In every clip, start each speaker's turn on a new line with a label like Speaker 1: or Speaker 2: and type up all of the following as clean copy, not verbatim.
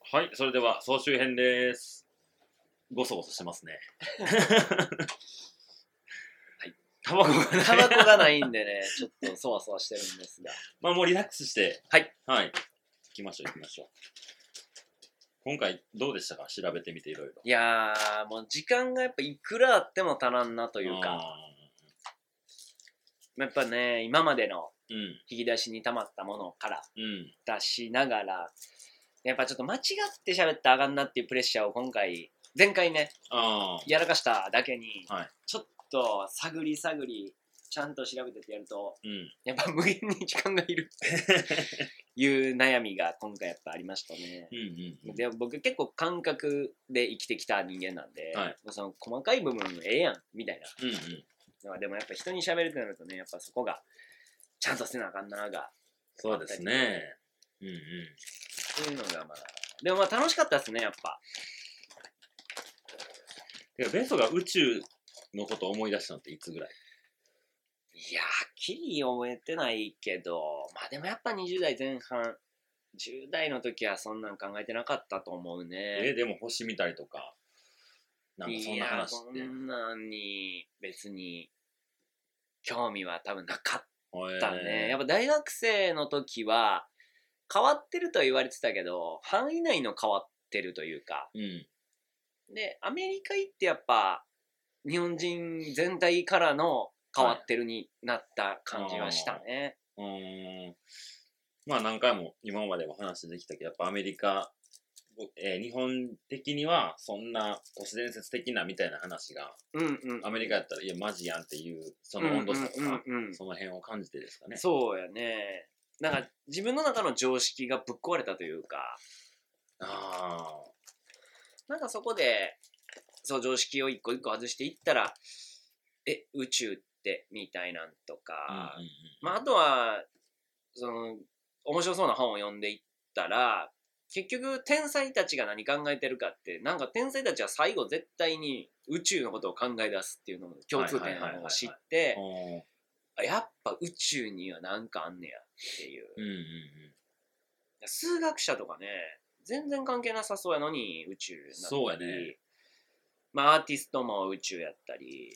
Speaker 1: はい、それでは総集編です。ごそごそしてますね。
Speaker 2: はい。
Speaker 1: タバコがない。
Speaker 2: タバコがないんでね、ちょっとそわそわしてるんですが。
Speaker 1: まあもうリラックスして、
Speaker 2: はい。
Speaker 1: はい。行きましょう。今回どうでしたか？調べてみていろいろ。
Speaker 2: いやー、もう時間がやっぱいくらあっても足らんなというか、やっぱね、今までの引き出しに溜まったものから出しながら、やっぱちょっと間違って喋ったらあかんなっていうプレッシャーを前回ね、やらかしただけに、
Speaker 1: はい、
Speaker 2: ちょっと探りちゃんと調べてってやると、やっぱ無限に時間がいるっていう悩みが今回やっぱありましたね。で僕結構感覚で生きてきた人間なんで、
Speaker 1: はい、
Speaker 2: その細かい部分ええやんみたいな、でもやっぱ人に喋るとなるとね、やっぱそこがちゃんとせなあかんなが
Speaker 1: そうですね。
Speaker 2: っていうのがまあでもまあ楽しかったですね、やっぱ。
Speaker 1: ベソが宇宙のことを思い出したのっていつぐらい？
Speaker 2: いや、はっきり覚えてないけど、まあでもやっぱ20代前半、10代の時はそんなん考えてなかったと思うね。
Speaker 1: でも星見たりとか、なんかそんな話って。
Speaker 2: いや、そんなんに別に興味は多分なかったね。やっぱ大学生の時は変わってるとは言われてたけど、範囲内の変わってるというか。で、アメリカ行ってやっぱ日本人全体からの変わってるになった感じはしたね。
Speaker 1: まあ何回も今までも話できたけど、やっぱアメリカ、日本的にはそんな都市伝説的なみたいな話が、アメリカやったらいやマジやんっていうその温度差とか、その辺を感じてですかね。
Speaker 2: そうやね。なんか自分の中の常識がぶっ壊れたというか、なんかそこでそう常識を一個一個外していったら、宇宙ってみたいなんとか、まああとはその面白そうな本を読んでいったら、結局天才たちが何考えてるかって、なんか天才たちは最後絶対に宇宙のことを考え出すっていうのも共通点を知って、やっぱ宇宙には何かあんねやっていう。数学者とかね、全然関係なさそうやのに宇宙になったり、ね、まあアーティストも宇宙やったり、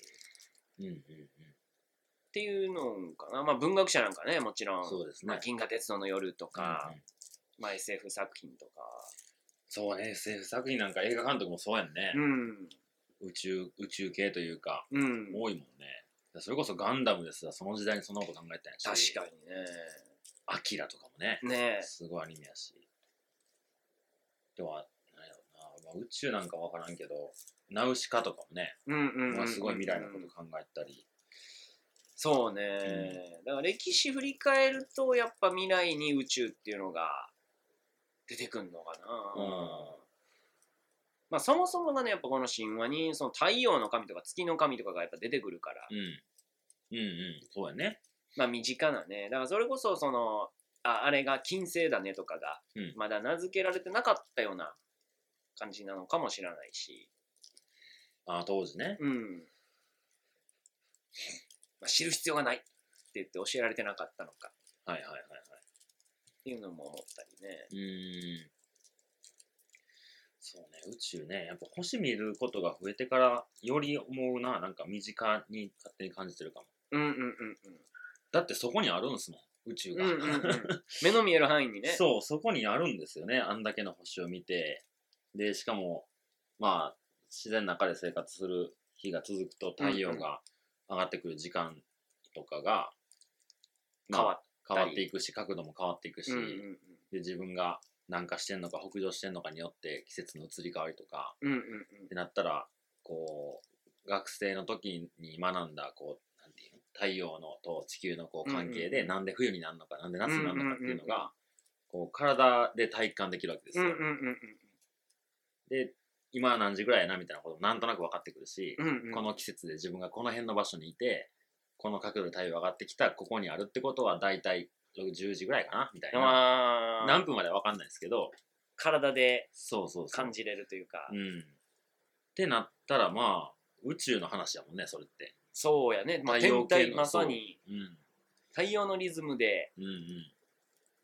Speaker 2: っていうのかな。まあ文学者なんかね、もちろん、
Speaker 1: そうですね、
Speaker 2: まあ、銀河鉄道の夜とか、まあ SF 作品とか。
Speaker 1: そうね、SF 作品なんか映画監督もそうやんね。宇宙系というか、多いもんね。それこそガンダムですらその時代にそんなこと考えてないし。
Speaker 2: 確かにね。
Speaker 1: アキラとかもね。すごいアニメやし。では、なんやろうな、まあ、宇宙なんかわからんけど、ナウシカとかもね、すごい未来のこと考えたり。
Speaker 2: そうね、だから歴史振り返るとやっぱ未来に宇宙っていうのが出てくんのかな。まあそもそもがね、やっぱこの神話にその太陽の神とか月の神とかがやっぱ出てくるから、
Speaker 1: そうやね。
Speaker 2: まあ身近なね、だからそれこそそのあれが金星だねとかがまだ名付けられてなかったような感じなのかもしれないし、
Speaker 1: 当時ね、
Speaker 2: まあ、知る必要がないって言って教えられてなかったのかっていうのも思ったりね。
Speaker 1: そうね、宇宙ね、やっぱ星見ることが増えてからより思うな、なんか身近に勝手に感じてるかも。だってそこにあるんすもん、宇宙が。
Speaker 2: 目の見える範囲にね。
Speaker 1: そう、そこにあるんですよね、あんだけの星を見て。で、しかも、まあ、自然の中で生活する日が続くと太陽が上がってくる時間とかが、変わっていくし、角度も変わっていくし、で自分が南下してんのか北上してんのかによって季節の移り変わりとか、ってなったら、こう学生の時に学んだこうなんていうの、太陽のと地球のこう関係で、なんで冬になるのかなんで夏になるのかっていうのが、こう体で体感できるわけですよ。で今何時ぐらいやなみたいなこともなんとなく分かってくるし、この季節で自分がこの辺の場所にいて、この角度で太陽上がってきたここにあるってことはだいたい10時ぐらいかなみたいな、何分までは分かんないですけど
Speaker 2: 体で感じれるというか、
Speaker 1: ってなったら、まあ宇宙の話やもんね、それって。
Speaker 2: そうやね、まあ、天体まさに、太陽のリズムで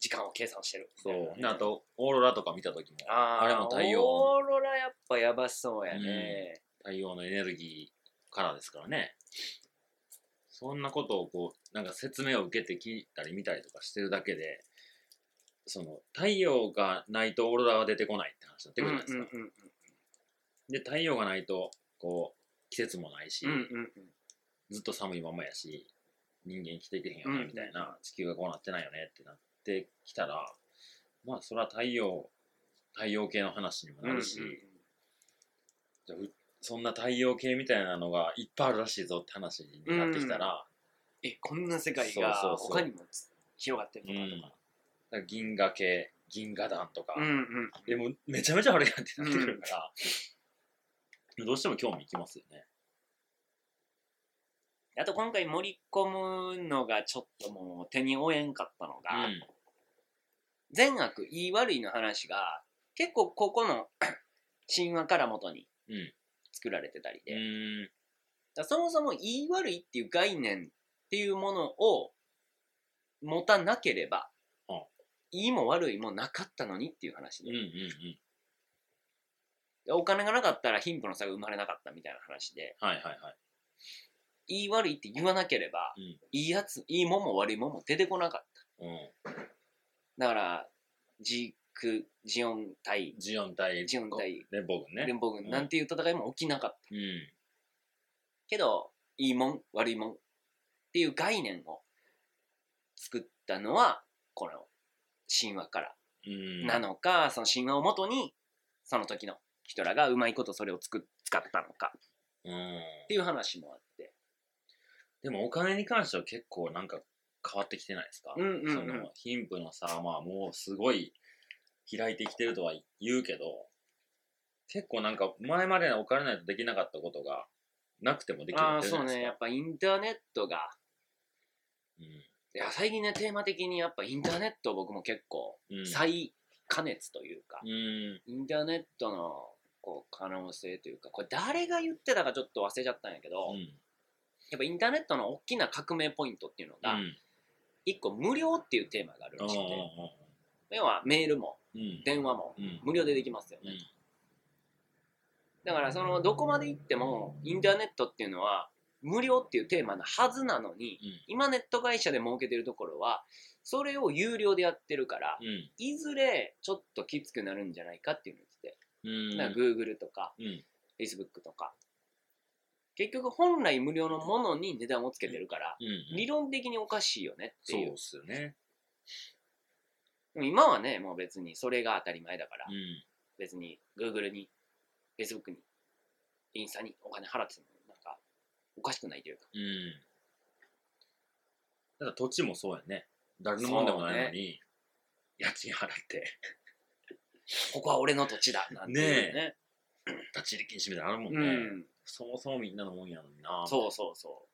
Speaker 2: 時間を計算してる。
Speaker 1: そう。であと、オーロラとか見た時も、
Speaker 2: あ
Speaker 1: れも太陽
Speaker 2: オーロラやっぱやばそうやね。
Speaker 1: 太陽のエネルギーからですからね。そんなことをこう、なんか説明を受けて聞いたり見たりとかしてるだけで、その、太陽がないとオーロラは出てこないって話になってくるじゃないですか。で、太陽がないと、こう、季節もないし、ずっと寒いままやし、人間生きていけへんよね、みたいな、地球がこうなってないよねってなってきたら、まあ、それは太陽系の話にもなるし、じゃあそんな太陽系みたいなのがいっぱいあるらしいぞって話になってきたら、
Speaker 2: こんな世界が他にも広がってるのかとか。
Speaker 1: だから銀河系、銀河団とか、でもめちゃめちゃあるやんってなってくるから、どうしても興味いきますよね。
Speaker 2: あと今回盛り込むのがちょっともう手に負えんかったのが、善悪いい悪いの話が結構ここの神話から元に作られてたりで、そもそもいい悪いっていう概念っていうものを持たなければ、いいも悪いもなかったのにっていう話で、お金がなかったら貧富の差が生まれなかったみたいな話で、いい悪いって言わなければ、いいやつ、いいもんも悪いもんも出てこなかった。だからジオン対連邦軍なんていう戦いも起きなかった。けどいいもん悪いもんっていう概念を作ったのはこの神話からなのか、その神話をもとにその時の人らがうまいことそれを使ったのかっていう話もあって、
Speaker 1: でもお金に関しては結構なんか変わってきてないですか？その貧富の差はまあもうすごい開いてきてるとは言うけど、結構なんか前までお金ないとできなかったことがなくてもできるって
Speaker 2: そうね、やっぱインターネットが、いや最近ねテーマ的にやっぱインターネット僕も結構再加熱というか、インターネットのこう可能性というか、これ誰が言ってたかちょっと忘れちゃったんやけど、やっぱインターネットの大きな革命ポイントっていうのが、一個無料っていうテーマがあるらしくて、要はメールも電話も無料でできますよね。だからそのどこまで行ってもインターネットっていうのは無料っていうテーマのはずなのに、今ネット会社で儲けてるところはそれを有料でやってるから、いずれちょっときつくなるんじゃないかっていうのを言ってて、だから Google とか Facebook とか結局本来無料のものに値段をつけてるから、理論的におかしいよねっていう。
Speaker 1: そうっすよね。
Speaker 2: でも今はねもう別にそれが当たり前だから、別に Google に Facebook にインスタにお金払ってもなんかおかしくないというか。
Speaker 1: だから土地もそうやね。誰のもんでもないのに、家賃払って
Speaker 2: ここは俺の土地だなんていうね。
Speaker 1: 立ち入り禁止みたいなのあるもんね。そもそもみんなのもんやのにな。
Speaker 2: そうそうそう。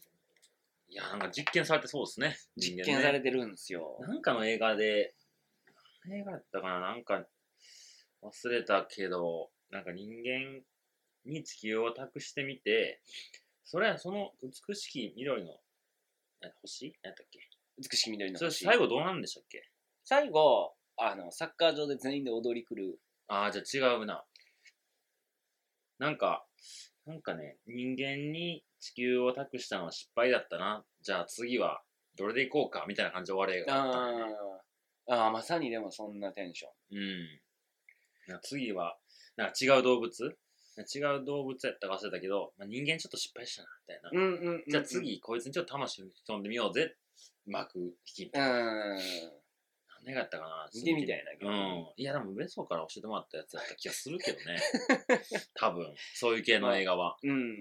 Speaker 1: いや、なんか実験されてそうですね。
Speaker 2: 実験されてるんですよ。
Speaker 1: なんかの映画で、映画だったかな、なんか忘れたけど、なんか人間に地球を託してみて、それはその美しき緑の星何やったっけ？
Speaker 2: 美しき緑の
Speaker 1: 星。それ最後どうなんでしたっけ？
Speaker 2: 最後、サッカー場で全員で踊り狂う。
Speaker 1: じゃあ違うな。なんかね、人間に地球を託したのは失敗だったな。じゃあ次はどれでいこうかみたいな感じで終わる映画だったんで。
Speaker 2: まさにでもそんなテンショ
Speaker 1: ン。次は、なんか違う動物やったか忘れたけど、人間ちょっと失敗したな、みたいな。じゃあ次、こいつにちょっと魂を飛んでみようぜ。幕引きみたいな。何がやったかな。
Speaker 2: 見てみたいな。
Speaker 1: いや、でも、ベソから教えてもらったやつだった気がするけどね。多分、そういう系の映画は。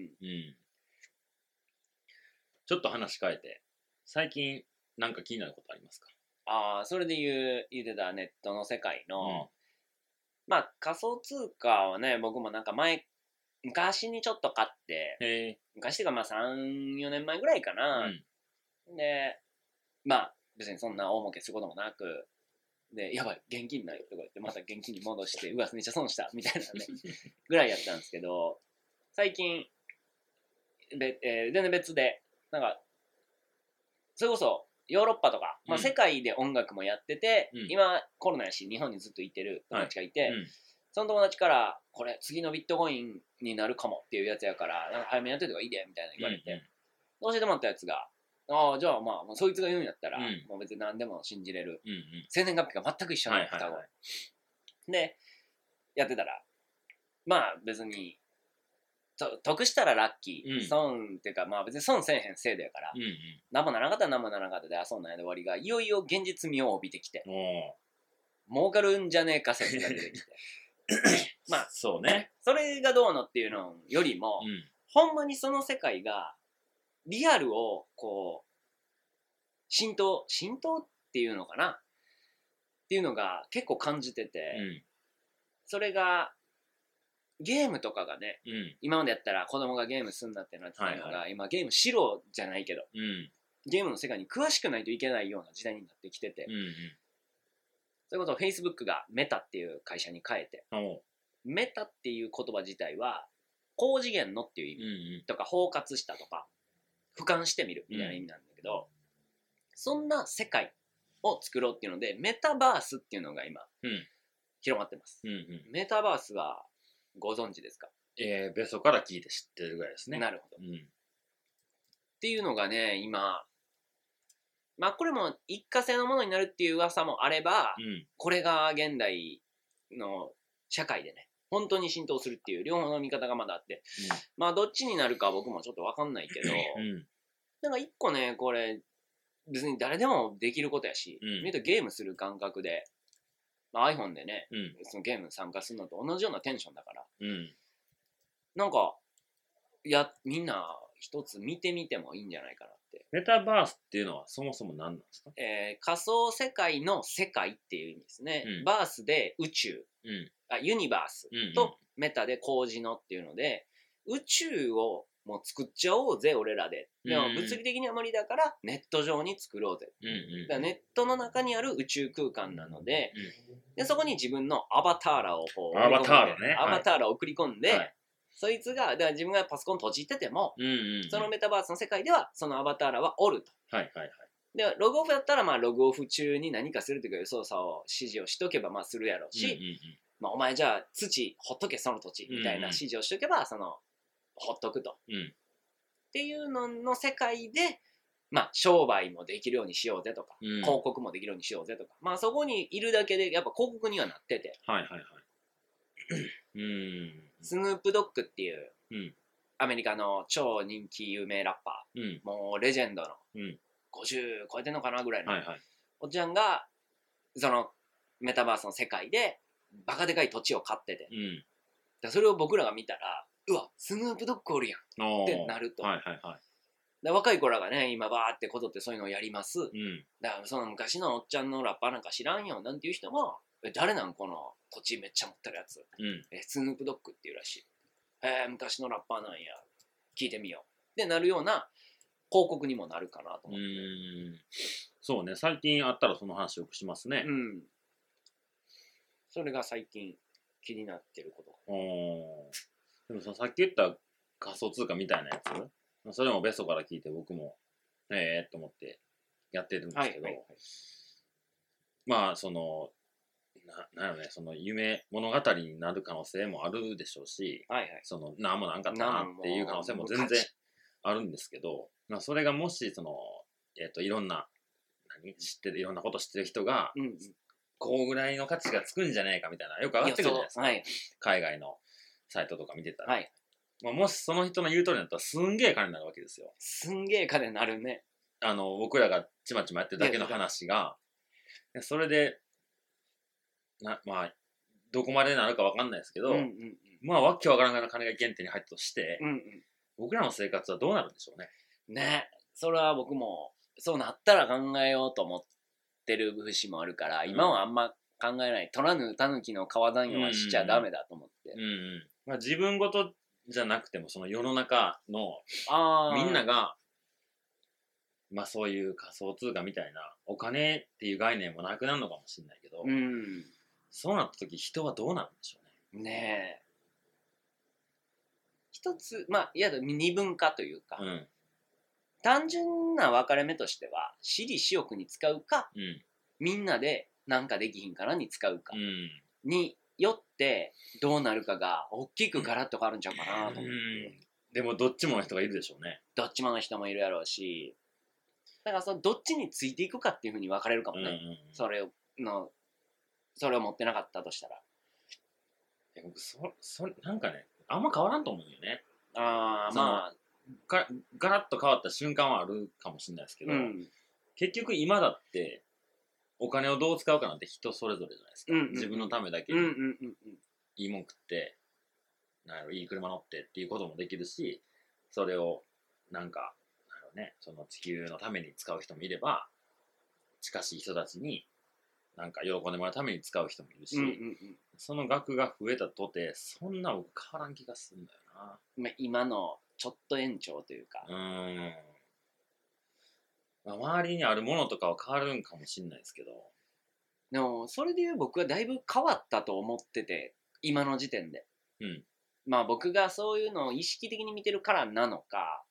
Speaker 1: ちょっと話変えて、最近、なんか気になることありますか？
Speaker 2: それで言ってたネットの世界の、仮想通貨はね、僕もなんか昔にちょっと買って、昔っていうか3、4年前ぐらいかな。で、別にそんな大儲けすることもなく、で、やばい、現金ないとか言って、また現金に戻して、めっちゃ損したみたいなね、ぐらいやったんですけど、最近、全然別で、なんか、それこそヨーロッパとか、まあ、
Speaker 1: うん
Speaker 2: 世界で音楽もやってて、
Speaker 1: うん
Speaker 2: 今コロナやし日本にずっといてる友達がいて、
Speaker 1: うん
Speaker 2: その友達からこれ次のビットコインになるかもっていうやつやからなんか早めにやっといた方がいいでみたいな言われて、教えてもらったやつがああじゃあまあそいつが言うんやったら、もう別に何でも信じれる、生年月日が全く一緒なんだ、双子でやってたらまあ別に得したらラッキー、損っていうかまあ別に損せえへん制度やから、何もならなかったら何もならなかったでそうなんやで終わりがいよいよ現実味を帯びてきて儲かるんじゃねえか説が出てきてまあ
Speaker 1: そうね、
Speaker 2: それがどうのっていうのよりも、ほんまにその世界がリアルをこう浸透っていうのかなっていうのが結構感じてて、それがゲームとかがね、今までやったら子供がゲームすんなってなってたのが、今ゲームしろじゃないけど、ゲームの世界に詳しくないといけないような時代になってきてて、そういうことを Facebook がメタっていう会社に変えて、メタっていう言葉自体は高次元のっていう意味とか、包括したとか俯瞰してみるみたいな意味なんだけど、そんな世界を作ろうっていうのでメタバースっていうのが今、広まってます、メタバースはご存知ですか？
Speaker 1: ベソから聞いて知ってるぐらいですね。
Speaker 2: なるほど、っていうのがね今まあこれも一過性のものになるっていう噂もあれば、これが現代の社会でね本当に浸透するっていう両方の見方がまだあって、まあどっちになるか僕もちょっと分かんないけど、なんか一個ねこれ別に誰でもできることやし、見るとゲームする感覚で、まあ、iPhone でね、そのゲーム参加するのと同じようなテンションだから、なんかみんな一つ見てみてもいいんじゃないかなって。
Speaker 1: メタバースっていうのはそもそも何なんですか？
Speaker 2: 仮想世界の世界っていう意味ですね、バースで宇宙、ユニバースとメタで工事のっていうので、宇宙をもう作っちゃおうぜ俺らで、でも物理的には無理だからネット上に作ろうぜ、だからネットの中にある宇宙空間なので、でそこに自分のアバターラをこう
Speaker 1: アバター
Speaker 2: ラを送り込んで、そいつがだから自分がパソコン閉じてても、そのメタバースの世界ではそのアバターラはおると、でログオフだったらまあログオフ中に何かするという操作を指示をしとけばまあするやろうし、まあ、お前じゃあ土ほっとけその土地みたいな指示をしとけばそのほっとくと、っていうのの世界で、まあ、商売もできるようにしようぜとか、広告もできるようにしようぜとか、まあそこにいるだけでやっぱ広告にはなってて、スヌープドッグっていう、アメリカの超人気有名ラッパー、もうレジェンドの、50超えてんのかなぐらいの、おっちゃんがそのメタバースの世界でバカでかい土地を買ってて、それを僕らが見たらうわスヌープドッグおるやんってなると、で若い子らがね今バーってこぞってそういうのをやります、だからその昔のおっちゃんのラッパーなんか知らんよなんていう人も誰なんこの土地めっちゃ持ってるやつ、スヌープドッグっていうらしい、昔のラッパーなんや聞いてみようってなるような広告にもなるかなと思って。
Speaker 1: そうね、最近あったらその話よくしますね。
Speaker 2: それが最近気になってること。
Speaker 1: でもさっき言った仮想通貨みたいなやつ、それもベソから聞いて僕もと思ってやってるんですけど、まあそのなんやろね、その夢物語になる可能性もあるでしょうし、そのなんもなんかったなっていう可能性も全然あるんですけど、まあ、それがもしそのいろんな知ってるいろんなこと知ってる人が、こうぐらいの価値がつくんじゃないかみたいなよく上がってくるじゃないですか、海外のサイトとか見てたら、まあ、もしその人の言う通りだったらすんげえ金になるわけですよ。
Speaker 2: すんげえ金になるね。
Speaker 1: 僕らがちまちまやってるだけの話がそれでまあどこまでなるか分かんないですけど、まあわけわからんがな金が原点に入ったとして、僕らの生活はどうなるんでしょうね。
Speaker 2: ね、それは僕もそうなったら考えようと思ってる節もあるから、今はあんま考えない。取らぬ狸の皮談用はしちゃダメだと思って。
Speaker 1: まあ、自分ごとじゃなくてもその世の中のみんながまあそういう仮想通貨みたいなお金っていう概念もなくなるのかもしれないけど、そうなった時人はどうなるんでしょうね。
Speaker 2: ねえ。一つまあいや二分化というか、 単純な分かれ目としては私利私欲に使うか、みんなでなんかできひんからに使うかによってどうなるかが大きくガラッと変わるんちゃうかなと思って、
Speaker 1: でもどっちもの人がいるでしょうね。
Speaker 2: どっちもの人もいるやろうし、だからそのどっちについていくかっていうふうに分かれるかもね、それを持ってなかったとしたら。
Speaker 1: 僕なんかね、あんま変わらんと思うよね。まあガラッと変わった瞬間はあるかもしれないですけど、結局今だってお金をどう使うかなんて人それぞれじゃないですか。自分のためだけにいいもん食っていい車乗ってっていうこともできるし、それをなんかその地球のために使う人もいれば、近しい人たちになんか喜んでもらうために使う人もいるし、その額が増えたとてそんな僕変わらん気がするんだよな。
Speaker 2: 今のちょっと延長というか、
Speaker 1: 周りにあるものとかは変わるんかもしれないですけど、
Speaker 2: でもそれでいう僕はだいぶ変わったと思ってて、今の時点で、まあ僕がそういうのを意識的に見てるからなのか、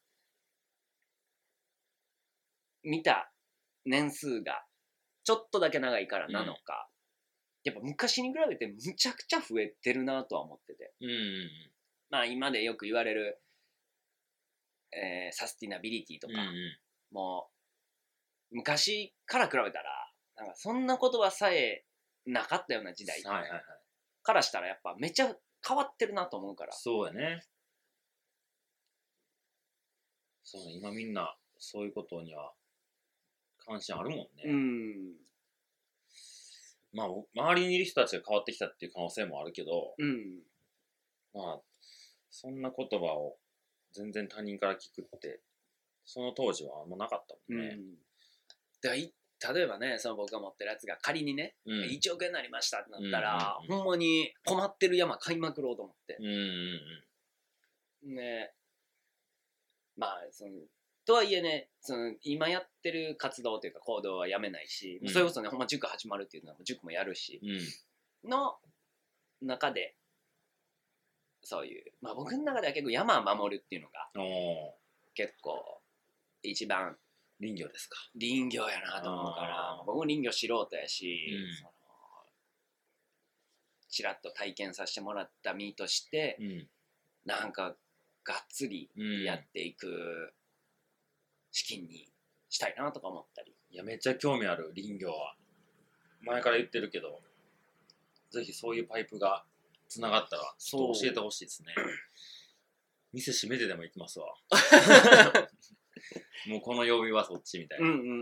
Speaker 2: 見た年数がちょっとだけ長いからなのか、やっぱ昔に比べてむちゃくちゃ増えてるなとは思ってて、まあ今でよく言われる、サスティナビリティとか、もう昔から比べたらなんかそんな言葉さえなかったような時代からしたらやっぱめちゃ変わってるなと思うから。
Speaker 1: そうやね。そうね、今みんなそういうことには関心あるもんね。まあ周りにいる人たちが変わってきたっていう可能性もあるけど、まあそんな言葉を全然他人から聞くってその当時はあんまなかったもんね。
Speaker 2: 例えばね、その僕が持ってるやつが仮にね、1億円になりましたってなったら、ほんまに困ってる山買いまくろうと思って。ね、まあとはいえね、今やってる活動というか行動はやめないし、それこそね、ほんま塾始まるっていうのは塾もやるし、の中でそういう、まあ僕の中では結構山を守るっていうのが結構一番
Speaker 1: 林業ですか。
Speaker 2: 林業やなと思うから、僕も林業素人やし、ちらっと体験させてもらった身として、なんかがっつりやっていく資金にしたいなとか思ったり。
Speaker 1: いや、めっちゃ興味ある、林業は。前から言ってるけど、ぜひそういうパイプがつながったらちょっと教えてほしいですね。店閉めてでも行きますわ。もうこの曜日はそっちみたいな。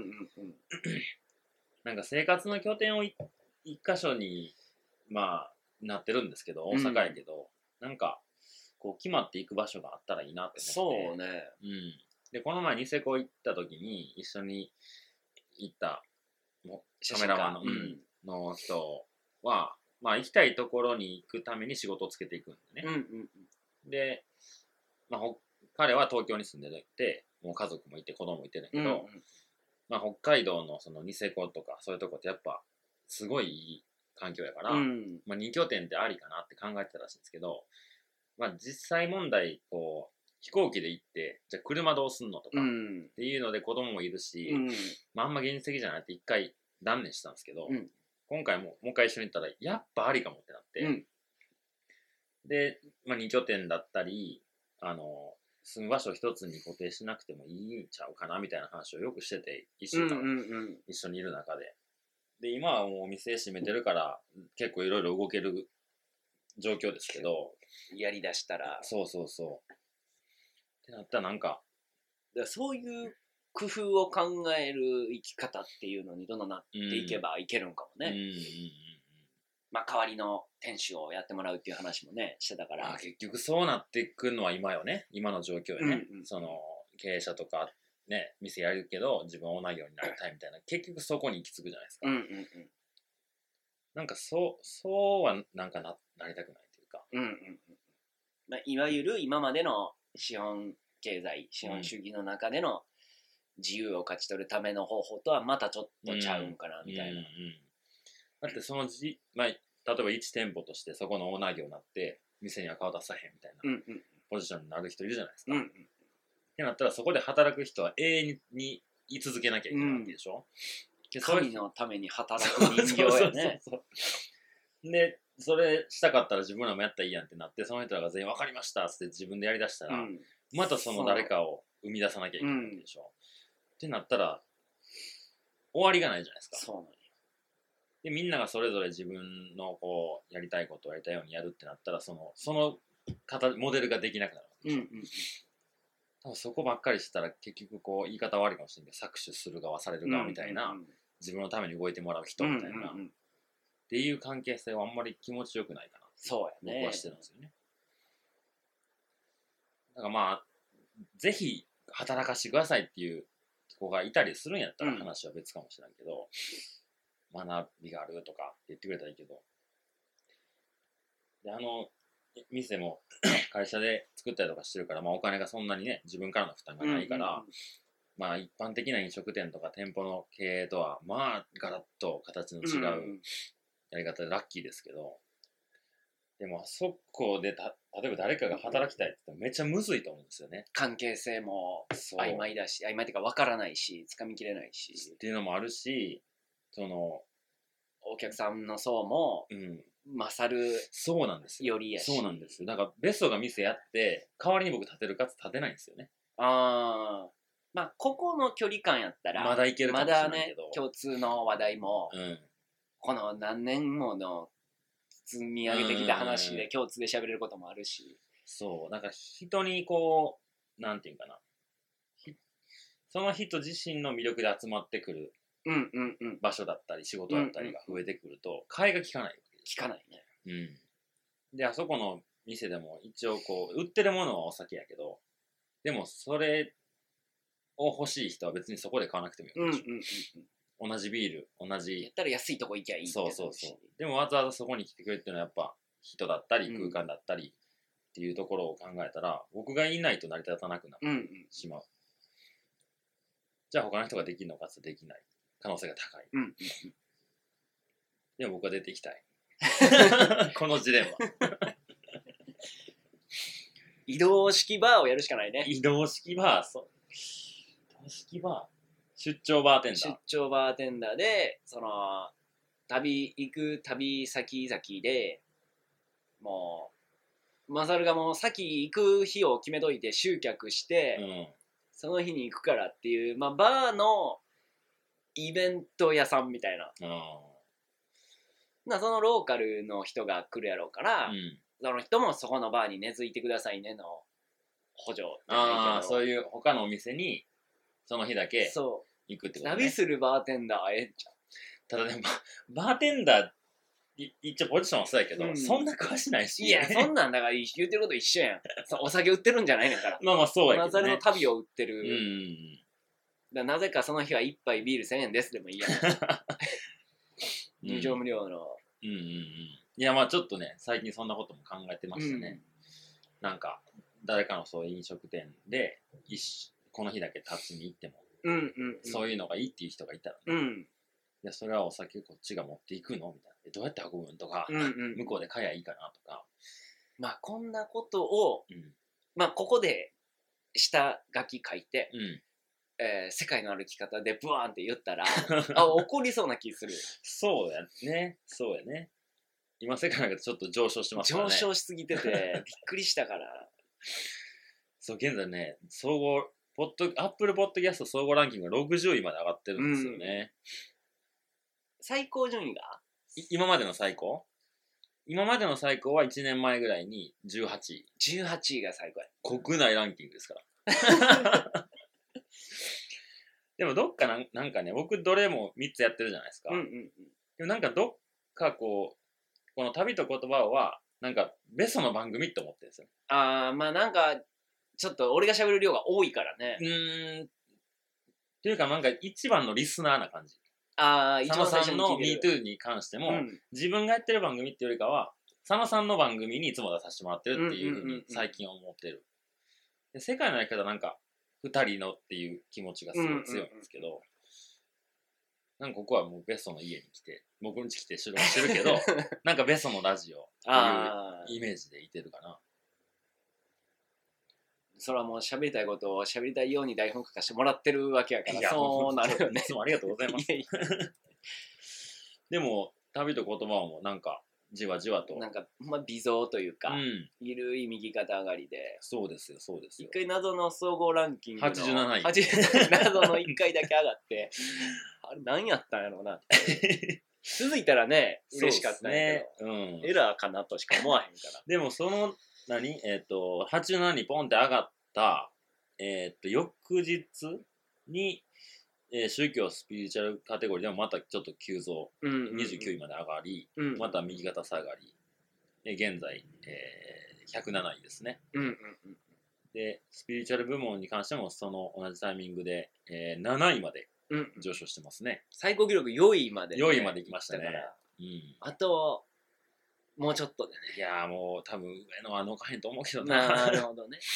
Speaker 1: なんか生活の拠点を一箇所にまあなってるんですけど、大阪やけど、なんかこう決まっていく場所があったらいいなって思って。
Speaker 2: そうね。
Speaker 1: でこの前ニセコ行った時に一緒に行ったカメラマンの人は、まあ行きたいところに行くために仕事をつけていくんでね。で、まあ、彼は東京に住んでて、もう家族もいて子供もいてるんだけど、まあ、北海道のそのニセコとかそういうとこってやっぱすごいいい環境やから、まあ、2拠点ってありかなって考えてたらしいんですけど、まあ、実際問題こう飛行機で行ってじゃあ車どうすんのとかっていうので子供もいるし、まあ、あんま現実的じゃないって一回断念したんですけど、今回もう一回一緒に行ったらやっぱありかもってなって、で、まあ、2拠点だったり住む場所一つに固定しなくてもいいんちゃうかなみたいな話をよくしてて、1週間一緒にいる中で、で今はもうお店閉めてるから結構いろいろ動ける状況ですけど、
Speaker 2: やりだしたら
Speaker 1: そうってなったらなんか
Speaker 2: そういう工夫を考える生き方っていうのにどんどんなっていけばいけるんかもね。まあ代わりの店主をやってもらうっていう話もねしてたから、
Speaker 1: 結局そうなってくるのは今よね、今の状況よね。その経営者とかね、店やるけど自分はオーナー業になりたいみたいな、結局そこに行き着くじゃないですか。なんかそうはなんか なりたくないというか、
Speaker 2: まあ、いわゆる今までの資本経済資本主義の中での自由を勝ち取るための方法とはまたちょっとちゃうんかなみたいな。
Speaker 1: だってそのまあ、例えば1店舗としてそこのオーナー業になって店には顔出さへんみたいなポジションになる人いるじゃないですか。 ってなったらそこで働く人は永遠に居続けなきゃいけないわけでしょ、で
Speaker 2: 神のために働く人形やね。
Speaker 1: でそれしたかったら自分らもやったらいいやんってなって、その人らが全員分かりましたっつって自分でやりだしたら、またその誰かを生み出さなきゃいけないわけでしょ、ってなったら終わりがないじゃないですか。
Speaker 2: そうなんや。
Speaker 1: でみんながそれぞれ自分のこうやりたいことをやりたいようにやるってなったらそのモデルができなくなるわけでしょ、多分そこばっかりしたら結局こう言い方悪いかもしれないけど搾取する側される側みたいな、自分のために動いてもらう人みたいな、っていう関係性はあんまり気持ちよくないかな。
Speaker 2: そうやね。
Speaker 1: 僕はしてるんですよね。だからまあぜひ働かしてくださいっていう子がいたりするんやったら話は別かもしれないけど、学びがあるとか言ってくれたらいいけど、で店も会社で作ったりとかしてるから、まあ、お金がそんなにね自分からの負担がないから、まあ一般的な飲食店とか店舗の経営とはまあガラッと形の違うやり方でラッキーですけど、でもそこで例えば誰かが働きたいって言ったらめっちゃむずいと思うんですよね。
Speaker 2: 関係性も曖昧だし、曖昧っていうか分からないし、つかみきれないし
Speaker 1: っていうのもあるし、その
Speaker 2: お客さんの層も勝る
Speaker 1: そうなんですよ。
Speaker 2: よりやし。
Speaker 1: そうなんですよ。だからベストが店やって代わりに僕立てるかつ立てないんですよね。
Speaker 2: ああ、まあここの距離感やったら
Speaker 1: まだいけるかもしれないけど、
Speaker 2: まだね共通の話題も、この何年もの積み上げてきた話で共通で喋れることもあるし、
Speaker 1: そうなんか人にこうなんていうかな、その人自身の魅力で集まってくる場所だったり仕事だったりが増えてくると替えが利かないわけです。
Speaker 2: 利かないね。
Speaker 1: であそこの店でも一応こう売ってるものはお酒やけど、でもそれを欲しい人は別にそこで買わなくてもいいわけでしょ。同じビール同じ
Speaker 2: やったら安いとこ行きゃいいって。
Speaker 1: そうでもわざわざそこに来てくれるっていうのはやっぱ人だったり空間だったりっていうところを考えたら、僕がいないと成り立たなくなってしまう、じゃあ他の人ができるのかってできない可能性が高い、でも僕は出ていきたいこのジレンマ
Speaker 2: 移動式バーをやるしかないね。
Speaker 1: 移動式バー、移動式バー、出張バーテンダー。
Speaker 2: 出張バーテンダーで、その行く旅先々でもうマサルがもう先行く日を決めといて集客して、その日に行くからっていう、まあバーのイベント屋さんみたいな。そのローカルの人が来るやろうから、その人もそこのバーに根付いてくださいねの補助じゃないけど、
Speaker 1: そういう他のお店にその日だけ行くってことね。
Speaker 2: 旅するバーテンダーええんちゃう。
Speaker 1: ただね、バーテンダー一応ポジションはそうやけど、そんな詳しないし。
Speaker 2: いや、そんなんだから言ってること一緒やん。お酒売ってるんじゃないねんから。
Speaker 1: まあそうやけどね。
Speaker 2: マサルの旅を売ってる。なぜかその日は一杯ビール1000円ですでもいいやん。入場無料の。
Speaker 1: いやまあちょっとね最近そんなことも考えてましたね。なんか誰かのそういう飲食店でこの日だけ立ちに行っても、そういうのがいいっていう人がいたら、いやそれはお酒こっちが持っていくのみたいな、どうやって運ぶんとか、向こうで買えばいいかなとか、
Speaker 2: まあこんなことを、まあここで下書き書いて、世界の歩き方でブワーンって言ったら怒りそうな気する。
Speaker 1: そうやね。今世界の中でちょっと上昇してますからね。
Speaker 2: 上昇しすぎててびっくりしたから。
Speaker 1: そう現在ね総合アップルポッドキャスト総合ランキングが60位まで上がってるんですよね。
Speaker 2: 最高順位が
Speaker 1: 今までの最高は1年前ぐらいに18位。
Speaker 2: 18位が最高や。
Speaker 1: 国内ランキングですからでもどっかなんかね、僕どれも3つやってるじゃないですか。でもなんかどっかこの旅と言葉はなんかベストの番組って思ってるんですよ。
Speaker 2: まあなんかちょっと俺が喋る量が多いからね。
Speaker 1: っていうかなんか一番のリスナーな感じ。佐野さんの MeToo に関しても、自分がやってる番組っていうよりかは佐野さんの番組にいつも出させてもらってるっていうふうに最近思ってる。で世界のやり方なんか2人のっていう気持ちがすごい強いんですけど、なんかここはもうベストの家に来て僕ん家来て収録してるけどなんかベストのラジオっていうイメージでいてるかな。
Speaker 2: それはもう喋りたいことを喋りたいように台本書かしてもらってるわけやから、そうなるよね。
Speaker 1: いつもありがとうございます。
Speaker 2: いやい
Speaker 1: でも、旅と言葉もなんか、じわじわと。
Speaker 2: やなんか、微増というか、
Speaker 1: うん。
Speaker 2: ゆるい右肩上がりで、
Speaker 1: そうですよ、そうですよ。
Speaker 2: 一回謎の総合ランキングの
Speaker 1: 87位
Speaker 2: 謎の1回だけ上がって、あれ何やったんやろうなって。続いたらね、嬉しかったんやけど、
Speaker 1: そうですね。うん。
Speaker 2: エラーかなとしか思わへんから。
Speaker 1: でもその、87にポンって上がった、翌日に、宗教スピリチュアルカテゴリーでもまたちょっと急増、29位まで上がり、また右肩下がり、現在、107位ですね。で、スピリチュアル部門に関してもその同じタイミングで、7位まで上昇してますね。
Speaker 2: 最高記録4位まで、
Speaker 1: ね、4位まで行きましたね。
Speaker 2: あと、もうちょっとでね。
Speaker 1: いやーもう多分上のは抜かへんと思うけど
Speaker 2: な。なるほどね。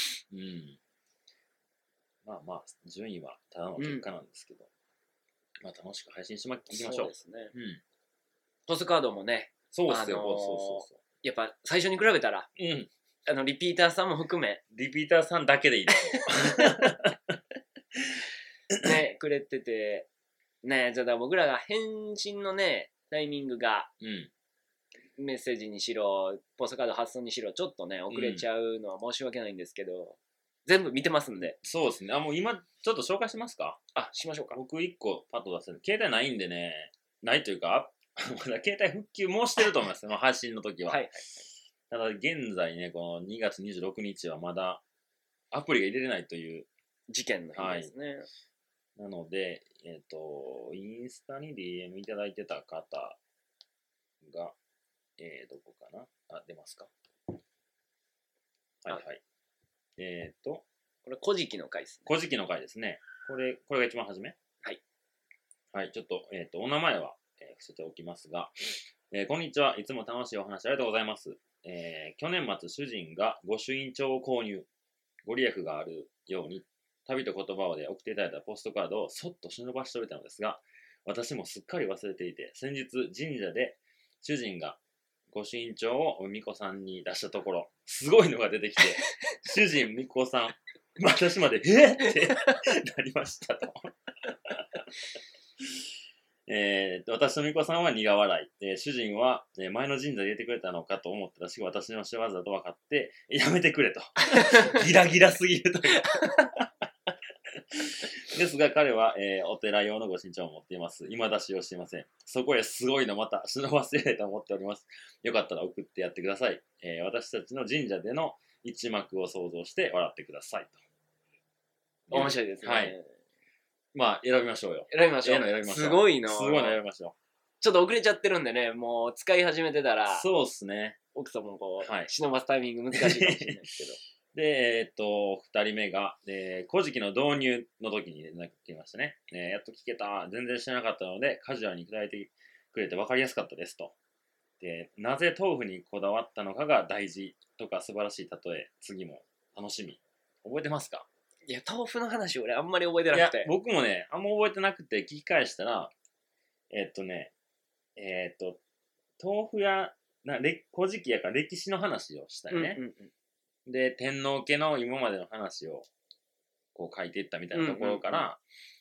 Speaker 1: まあまあ、順位はただの結果なんですけど、まあ楽しく配信していきましょう。そうですね。
Speaker 2: ポストカードもね、
Speaker 1: そうですよ、そう。
Speaker 2: やっぱ最初に比べたら、リピーターさんも含め。
Speaker 1: リピーターさんだけでいいです
Speaker 2: よ。ね、くれてて、ね、じゃあ僕らが返信のね、タイミングが、メッセージにしろ、ポストカード発送にしろ、ちょっとね、遅れちゃうのは申し訳ないんですけど、全部見てますんで。
Speaker 1: そうですね。もう今、ちょっと紹介しますか？
Speaker 2: しましょうか。
Speaker 1: 僕1個パッと出せる。携帯ないんでね、ないというか、まだ携帯復旧もしてると思いますね、配信の時は。ただ、現在ね、この2月26日はまだアプリが入れれないという
Speaker 2: 事件の日ですね。
Speaker 1: なので、インスタに DM いただいてた方が、どこかな？出ますか？はい。
Speaker 2: これ、古事記の回ですね。
Speaker 1: 古事記の回ですね。これが一番初め？はい、ちょっと、お名前は、伏せておきますが、こんにちは。いつも楽しいお話ありがとうございます。去年末、主人が御朱印帳を購入。ご利益があるように、旅と言葉をで送っていただいたポストカードをそっと忍ばしておいたのですが、私もすっかり忘れていて、先日神社で主人が御朱印帳を巫女さんに出したところ、すごいのが出てきて、主人、巫女さん、私まで、ってなりましたと。私と巫女さんは苦笑い。主人は、前の神社で入れてくれたのかと思ったらしく、私の仕業だと分かって、やめてくれと。ギラギラすぎるという。ですが彼は、お寺用の御朱印帳を持っています。未だ使用していません。そこへすごいのまた忍ばせたいと思っております。よかったら送ってやってください。私たちの神社での一幕を想像して笑ってください
Speaker 2: と。面白いですね。はい。
Speaker 1: まあ選びましょうよ。
Speaker 2: 選びましょう。すごいの。
Speaker 1: すごいの選びましょう。
Speaker 2: ちょっと遅れちゃってるんでね、もう使い始めてたら。
Speaker 1: そうですね。
Speaker 2: 奥様もこう、忍ばすタイミング難しいかもしれないですけど。
Speaker 1: で、2人目が、古事記の導入の時に連絡来ましたね。やっと聞けた。全然知らなかったので、カジュアルに伝えてくれて分かりやすかったですと。で、なぜ豆腐にこだわったのかが大事とか素晴らしい例え、次も楽しみ。覚えてますか？
Speaker 2: いや、豆腐の話俺あんまり覚えてなくて。いや、
Speaker 1: 僕もね、あんま覚えてなくて聞き返したら、豆腐や、古事記やから歴史の話をしたよね。で、天皇家の今までの話をこう書いていったみたいなところから、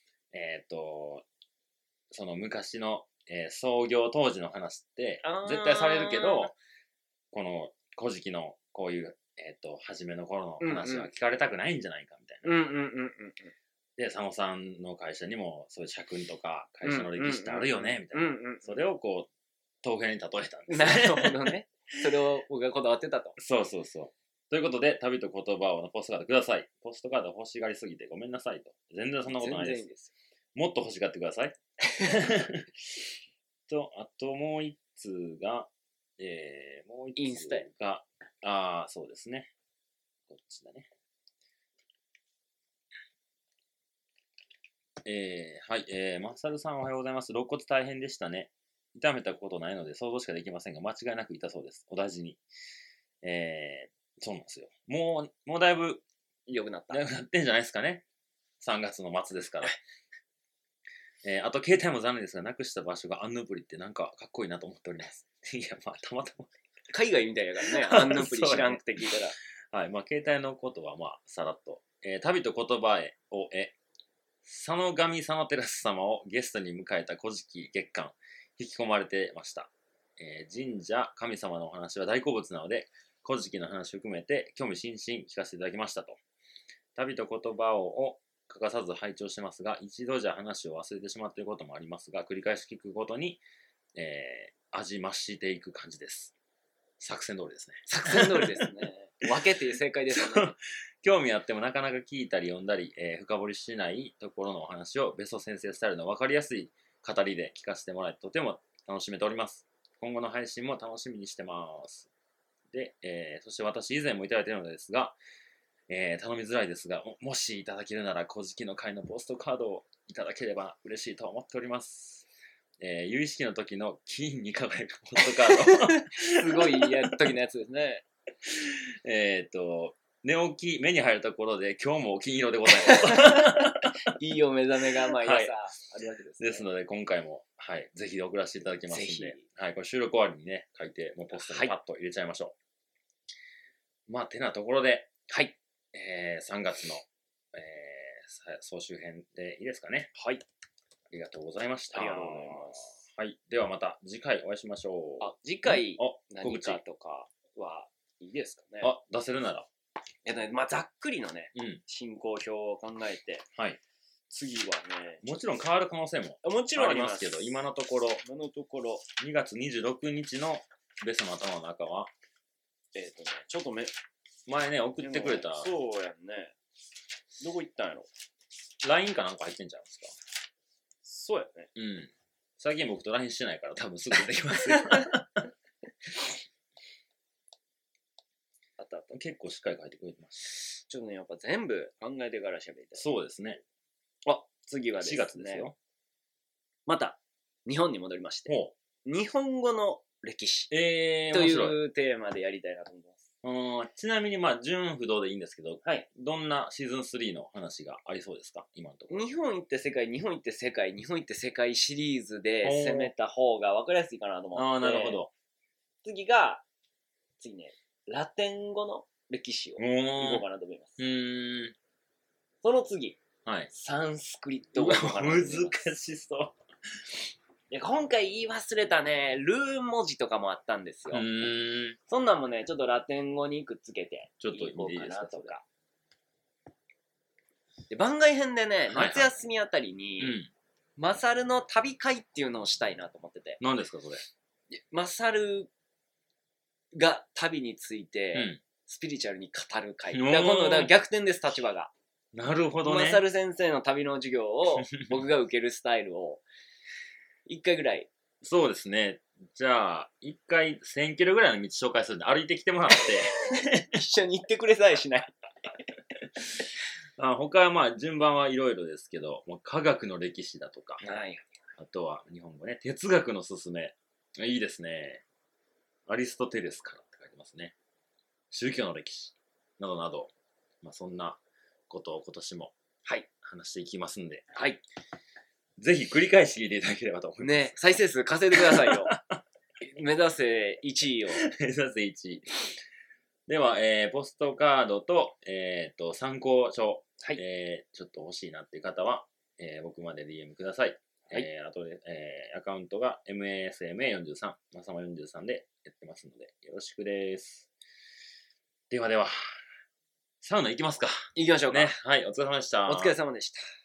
Speaker 1: その昔の、創業当時の話って絶対されるけど、この古事記のこういう、初めの頃の話は聞かれたくないんじゃないかみたいな。で、佐野さんの会社にもそういう社訓とか会社の歴史ってあるよねみたいな。それをこう、豆腐に例えたんですね。
Speaker 2: なるほどね。それを僕がこだわってたと。
Speaker 1: そう。ということで、旅と言葉をのポストカードください。ポストカード欲しがりすぎてごめんなさいと。全然そんなことないです。
Speaker 2: いいです。
Speaker 1: もっと欲しがってください。あともう一通が、
Speaker 2: インスタ
Speaker 1: が、そうですね。こっちだね。はい、マサルさんおはようございます。肋骨大変でしたね。痛めたことないので想像しかできませんが、間違いなく痛そうです。お大事に。そうなんですよ。もうだいぶ
Speaker 2: 良くなった。
Speaker 1: 良くなってんじゃないですかね。3月の末ですから。あと、携帯も残念ですが、なくした場所がアンヌプリってなんかかっこいいなと思っております。いや、まあ、たまたま。
Speaker 2: 海外みたいやからね、アンヌプリ知らんくて聞いたら。
Speaker 1: はい。まあ、携帯のことは、まあ、さらっと。旅と言葉へを、佐野神佐野テラス様をゲストに迎えた古事記月間、引き込まれてました。神社、神様のお話は大好物なので、古事記の話を含めて興味津々聞かせていただきましたと。旅と言葉を欠かさず拝聴してますが、一度じゃ話を忘れてしまっていることもありますが、繰り返し聞くごとに、味増していく感じです。作戦通りですね。
Speaker 2: 作戦通りですね。分けて正解ですね。
Speaker 1: 興味あってもなかなか聞いたり読んだり、深掘りしないところのお話をベスト先生スタイルの分かりやすい語りで聞かせてもらえてとても楽しめております。今後の配信も楽しみにしてます。で、そして私以前もいただいているのですが、頼みづらいですが、もしいただけるなら古事記の会のポストカードをいただければ嬉しいと思っております。有意識の時の金に輝くポストカード
Speaker 2: すごい時のやつですね。
Speaker 1: 寝起き目に入るところで今日も金色でございます
Speaker 2: いいお目覚めが毎朝あるわけですね。
Speaker 1: ですので今回も、はい、ぜひ送らせていただきますので、はい、これ収録終わりにね書いてもうポストにパッと入れちゃいましょう。まあてなところで、
Speaker 2: はい、
Speaker 1: 3月の、総集編でいいですかね。
Speaker 2: はい、
Speaker 1: ありがとうございました。
Speaker 2: ありがとうございます。
Speaker 1: はい、ではまた次回お会いしましょう。
Speaker 2: 次回何かとかはいいですかね。
Speaker 1: 出せるなら。
Speaker 2: まあざっくりのね、進行表を考えて、
Speaker 1: はい、
Speaker 2: 次はね、
Speaker 1: もちろん変わる可能性も
Speaker 2: もちろん
Speaker 1: ありますけど、今のところ2月26日のベストの頭の中は
Speaker 2: ちょっと
Speaker 1: 前ね送ってくれた、
Speaker 2: そうやんね。どこ行ったんやろ。
Speaker 1: LINE かなんか入ってんじゃないですか。
Speaker 2: そうやね。
Speaker 1: 最近僕と LINE してないから多分すぐできますよ
Speaker 2: あった。
Speaker 1: 結構しっかり書いてくれてます。
Speaker 2: ちょっとね、やっぱ全部考えてから喋りたい。
Speaker 1: そうですね。
Speaker 2: 次はですね、
Speaker 1: 4月ですよ。
Speaker 2: また日本に戻りまして、日本語の歴史というテーマでやりたいなと思います。
Speaker 1: ちなみにまあ純不動でいいんですけど、
Speaker 2: はい、
Speaker 1: どんなシーズン3の話がありそうですか、今のところ。
Speaker 2: 日本行って世界、日本行って世界、日本行って世界シリーズで攻めた方が分かりやすいかなと思って。
Speaker 1: なるほど。
Speaker 2: 次ね、ラテン語の歴史をいこうかなと思います。その次、
Speaker 1: はい、
Speaker 2: サンスクリット語とか
Speaker 1: 難しそう。
Speaker 2: 今回言い忘れたね、ルーン文字とかもあったんですよ。そんなんもね、ちょっとラテン語にくっつけていこうかなとか。で、番外編でね、夏休みあたりに、マサルの旅会っていうのをしたいなと思ってて。
Speaker 1: 何ですかそれ。
Speaker 2: マサルが旅について、スピリチュアルに語る会。今度は逆転です、立場が。
Speaker 1: なるほどね。
Speaker 2: マサル先生の旅の授業を僕が受けるスタイルを1回ぐらい。
Speaker 1: そうですね。じゃあ1回1000キロぐらいの道紹介するんで歩いてきてもらって
Speaker 2: 一緒に行ってくれさえしない
Speaker 1: 他はまあ順番はいろいろですけど、科学の歴史だとか、あとは日本語ね、哲学のすすめ、いいですね。アリストテレスからって書いてますね。宗教の歴史などなど、そんなことを今年も話していきますんで、ぜひ繰り返し聞いていただければと思います。
Speaker 2: ね、再生数稼いでくださいよ。目指せ1位を。
Speaker 1: 目指せ1位。では、ポストカードと、参考書、ちょっと欲しいなっていう方は、僕まで DM ください。あとで、アカウントが MASMA43、まさま43でやってますので、よろしくです。ではでは、サウナ行きますか。
Speaker 2: 行きましょうか。
Speaker 1: ね、はい、お疲れ様でした。
Speaker 2: お疲れ様でした。